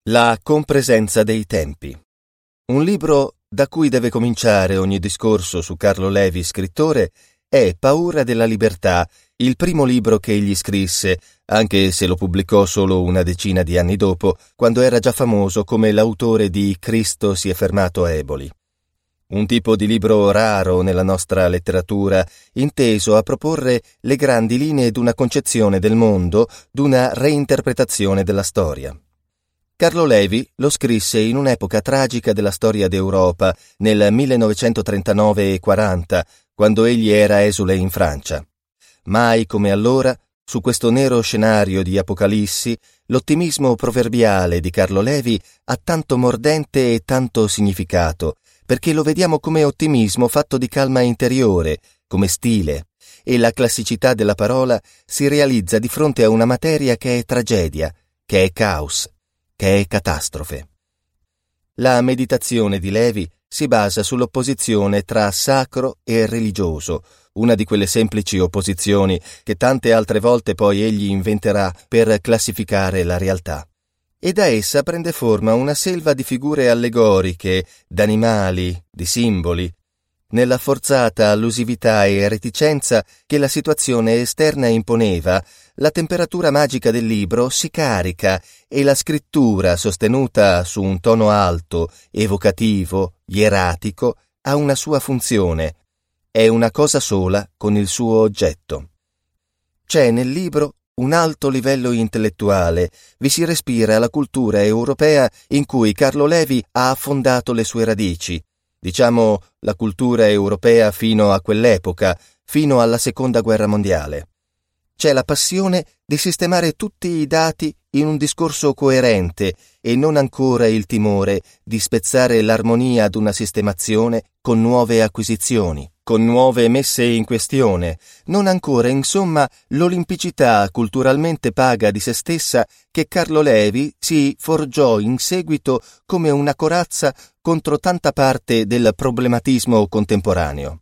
La compresenza dei tempi. Un libro da cui deve cominciare ogni discorso su Carlo Levi, scrittore, è Paura della libertà, il primo libro che egli scrisse, anche se lo pubblicò solo una decina di anni dopo, quando era già famoso come l'autore di Cristo si è fermato a Eboli. Un tipo di libro raro nella nostra letteratura, inteso a proporre le grandi linee d'una concezione del mondo, d'una reinterpretazione della storia. Carlo Levi lo scrisse in un'epoca tragica della storia d'Europa, nel 1939 e 40, quando egli era esule in Francia. Mai come allora, su questo nero scenario di Apocalissi, l'ottimismo proverbiale di Carlo Levi ha tanto mordente e tanto significato, perché lo vediamo come ottimismo fatto di calma interiore, come stile, e la classicità della parola si realizza di fronte a una materia che è tragedia, che è caos, che è catastrofe. La meditazione di Levi si basa sull'opposizione tra sacro e religioso, una di quelle semplici opposizioni che tante altre volte poi egli inventerà per classificare la realtà. E da essa prende forma una selva di figure allegoriche, d'animali, di simboli, nella forzata allusività e reticenza che la situazione esterna imponeva. La temperatura magica del libro si carica e la scrittura, sostenuta su un tono alto, evocativo, ieratico, ha una sua funzione. È una cosa sola con il suo oggetto. C'è nel libro un alto livello intellettuale, vi si respira la cultura europea in cui Carlo Levi ha affondato le sue radici, diciamo la cultura europea fino a quell'epoca, fino alla Seconda Guerra Mondiale. C'è la passione di sistemare tutti i dati in un discorso coerente e non ancora il timore di spezzare l'armonia d'una sistemazione con nuove acquisizioni, con nuove messe in questione, non ancora, insomma, l'olimpicità culturalmente paga di se stessa che Carlo Levi si forgiò in seguito come una corazza contro tanta parte del problematismo contemporaneo.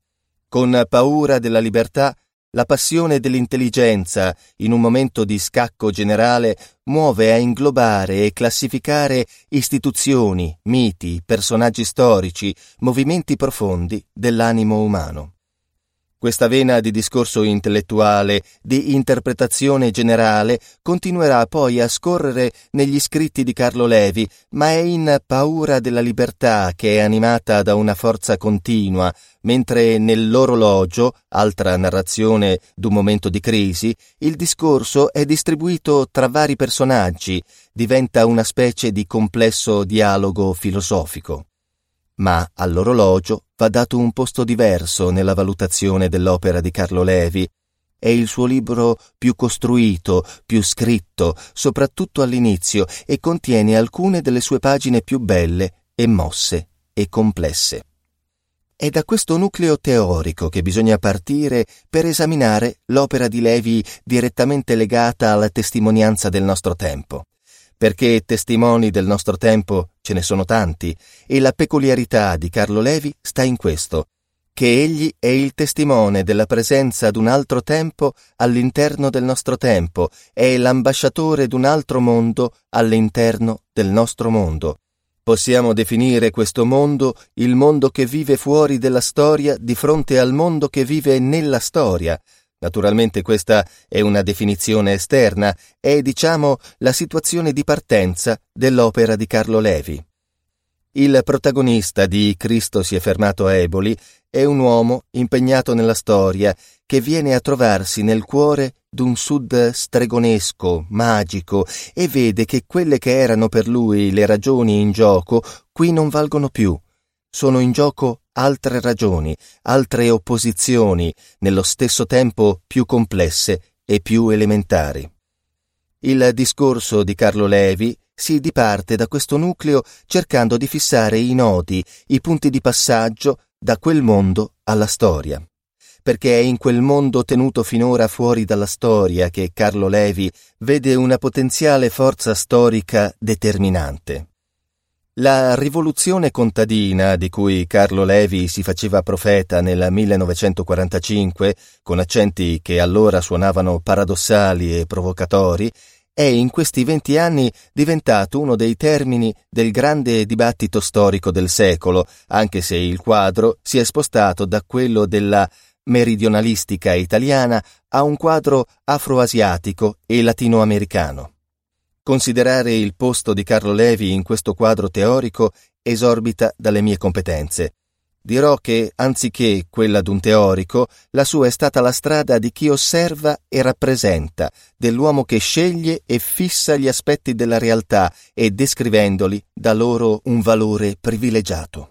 Con Paura della libertà, la passione dell'intelligenza, in un momento di scacco generale, muove a inglobare e classificare istituzioni, miti, personaggi storici, movimenti profondi dell'animo umano. Questa vena di discorso intellettuale, di interpretazione generale, continuerà poi a scorrere negli scritti di Carlo Levi, ma è in Paura della libertà che è animata da una forza continua, mentre nell'Orologio, altra narrazione d'un momento di crisi, il discorso è distribuito tra vari personaggi, diventa una specie di complesso dialogo filosofico. Ma all'Orologio va dato un posto diverso nella valutazione dell'opera di Carlo Levi. È il suo libro più costruito, più scritto, soprattutto all'inizio, e contiene alcune delle sue pagine più belle e mosse e complesse. È da questo nucleo teorico che bisogna partire per esaminare l'opera di Levi direttamente legata alla testimonianza del nostro tempo. Perché testimoni del nostro tempo ce ne sono tanti, e la peculiarità di Carlo Levi sta in questo, che egli è il testimone della presenza d'un altro tempo all'interno del nostro tempo, è l'ambasciatore d'un altro mondo all'interno del nostro mondo. Possiamo definire questo mondo il mondo che vive fuori della storia di fronte al mondo che vive nella storia. Naturalmente questa è una definizione esterna, è, diciamo, la situazione di partenza dell'opera di Carlo Levi. Il protagonista di Cristo si è fermato a Eboli è un uomo impegnato nella storia che viene a trovarsi nel cuore d'un sud stregonesco, magico, e vede che quelle che erano per lui le ragioni in gioco qui non valgono più. Sono in gioco altre ragioni, altre opposizioni, nello stesso tempo più complesse e più elementari. Il discorso di Carlo Levi si diparte da questo nucleo cercando di fissare i nodi, i punti di passaggio da quel mondo alla storia. Perché è in quel mondo tenuto finora fuori dalla storia che Carlo Levi vede una potenziale forza storica determinante. La rivoluzione contadina di cui Carlo Levi si faceva profeta nel 1945, con accenti che allora suonavano paradossali e provocatori, è in questi 20 anni diventato uno dei termini del grande dibattito storico del secolo, anche se il quadro si è spostato da quello della meridionalistica italiana a un quadro afroasiatico e latinoamericano. Considerare il posto di Carlo Levi in questo quadro teorico esorbita dalle mie competenze. Dirò che, anziché quella d'un teorico, la sua è stata la strada di chi osserva e rappresenta, dell'uomo che sceglie e fissa gli aspetti della realtà e, descrivendoli, dà loro un valore privilegiato.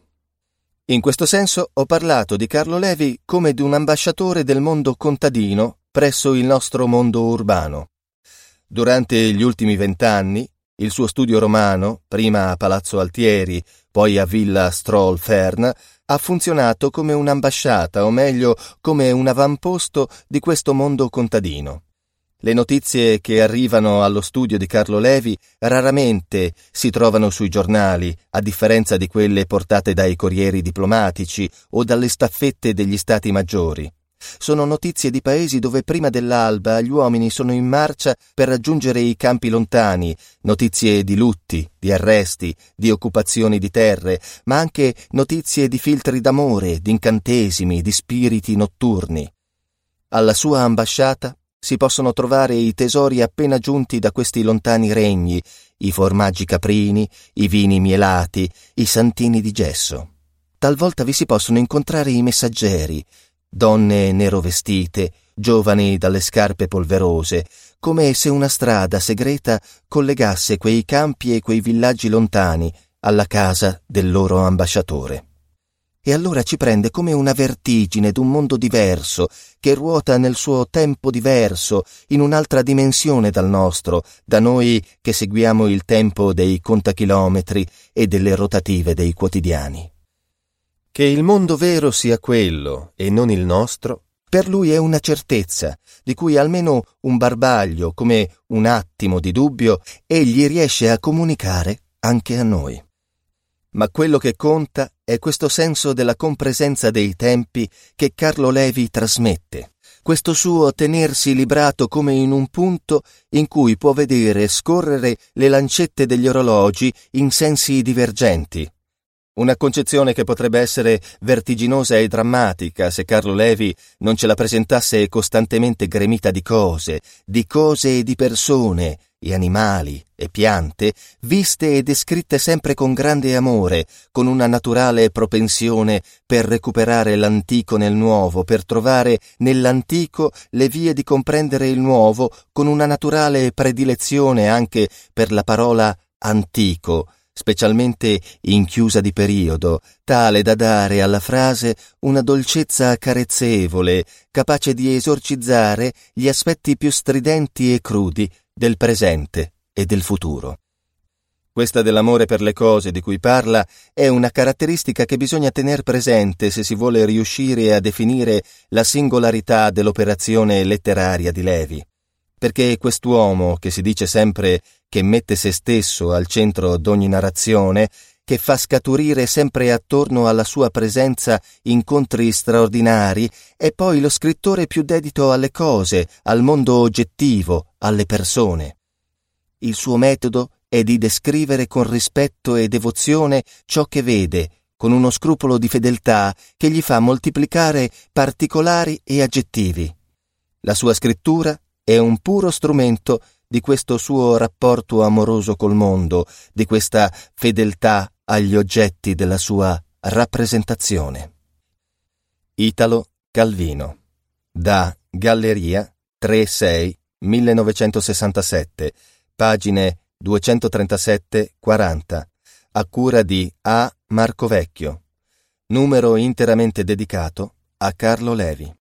In questo senso ho parlato di Carlo Levi come di un ambasciatore del mondo contadino presso il nostro mondo urbano. Durante gli ultimi 20 anni, il suo studio romano, prima a Palazzo Altieri, poi a Villa Strolfern, ha funzionato come un'ambasciata, o meglio, come un avamposto di questo mondo contadino. Le notizie che arrivano allo studio di Carlo Levi raramente si trovano sui giornali, a differenza di quelle portate dai corrieri diplomatici o dalle staffette degli stati maggiori. Sono notizie di paesi dove prima dell'alba gli uomini sono in marcia per raggiungere i campi lontani, notizie di lutti, di arresti, di occupazioni di terre, ma anche notizie di filtri d'amore, di incantesimi, di spiriti notturni. Alla sua ambasciata si possono trovare i tesori appena giunti da questi lontani regni, i formaggi caprini, i vini mielati, i santini di gesso. Talvolta vi si possono incontrare i messaggeri, donne nero vestite, giovani dalle scarpe polverose, come se una strada segreta collegasse quei campi e quei villaggi lontani alla casa del loro ambasciatore. E allora ci prende come una vertigine d'un mondo diverso, che ruota nel suo tempo diverso, in un'altra dimensione dal nostro, da noi che seguiamo il tempo dei contachilometri e delle rotative dei quotidiani. Che il mondo vero sia quello e non il nostro, per lui è una certezza, di cui almeno un barbaglio, come un attimo di dubbio, egli riesce a comunicare anche a noi. Ma quello che conta è questo senso della compresenza dei tempi che Carlo Levi trasmette, questo suo tenersi librato come in un punto in cui può vedere scorrere le lancette degli orologi in sensi divergenti. Una concezione che potrebbe essere vertiginosa e drammatica se Carlo Levi non ce la presentasse costantemente gremita di cose e di persone, e animali e piante, viste e descritte sempre con grande amore, con una naturale propensione per recuperare l'antico nel nuovo, per trovare nell'antico le vie di comprendere il nuovo, con una naturale predilezione anche per la parola antico, specialmente in chiusa di periodo, tale da dare alla frase una dolcezza accarezzevole, capace di esorcizzare gli aspetti più stridenti e crudi del presente e del futuro. Questa dell'amore per le cose di cui parla è una caratteristica che bisogna tener presente se si vuole riuscire a definire la singolarità dell'operazione letteraria di Levi. Perché quest'uomo, che si dice sempre che mette se stesso al centro d'ogni narrazione, che fa scaturire sempre attorno alla sua presenza incontri straordinari, è poi lo scrittore più dedito alle cose, al mondo oggettivo, alle persone. Il suo metodo è di descrivere con rispetto e devozione ciò che vede, con uno scrupolo di fedeltà che gli fa moltiplicare particolari e aggettivi. La sua scrittura è un puro strumento di questo suo rapporto amoroso col mondo, di questa fedeltà agli oggetti della sua rappresentazione. Italo Calvino, da Galleria 3-6 1967, pagine 237-40, a cura di A. Marcovecchio, numero interamente dedicato a Carlo Levi.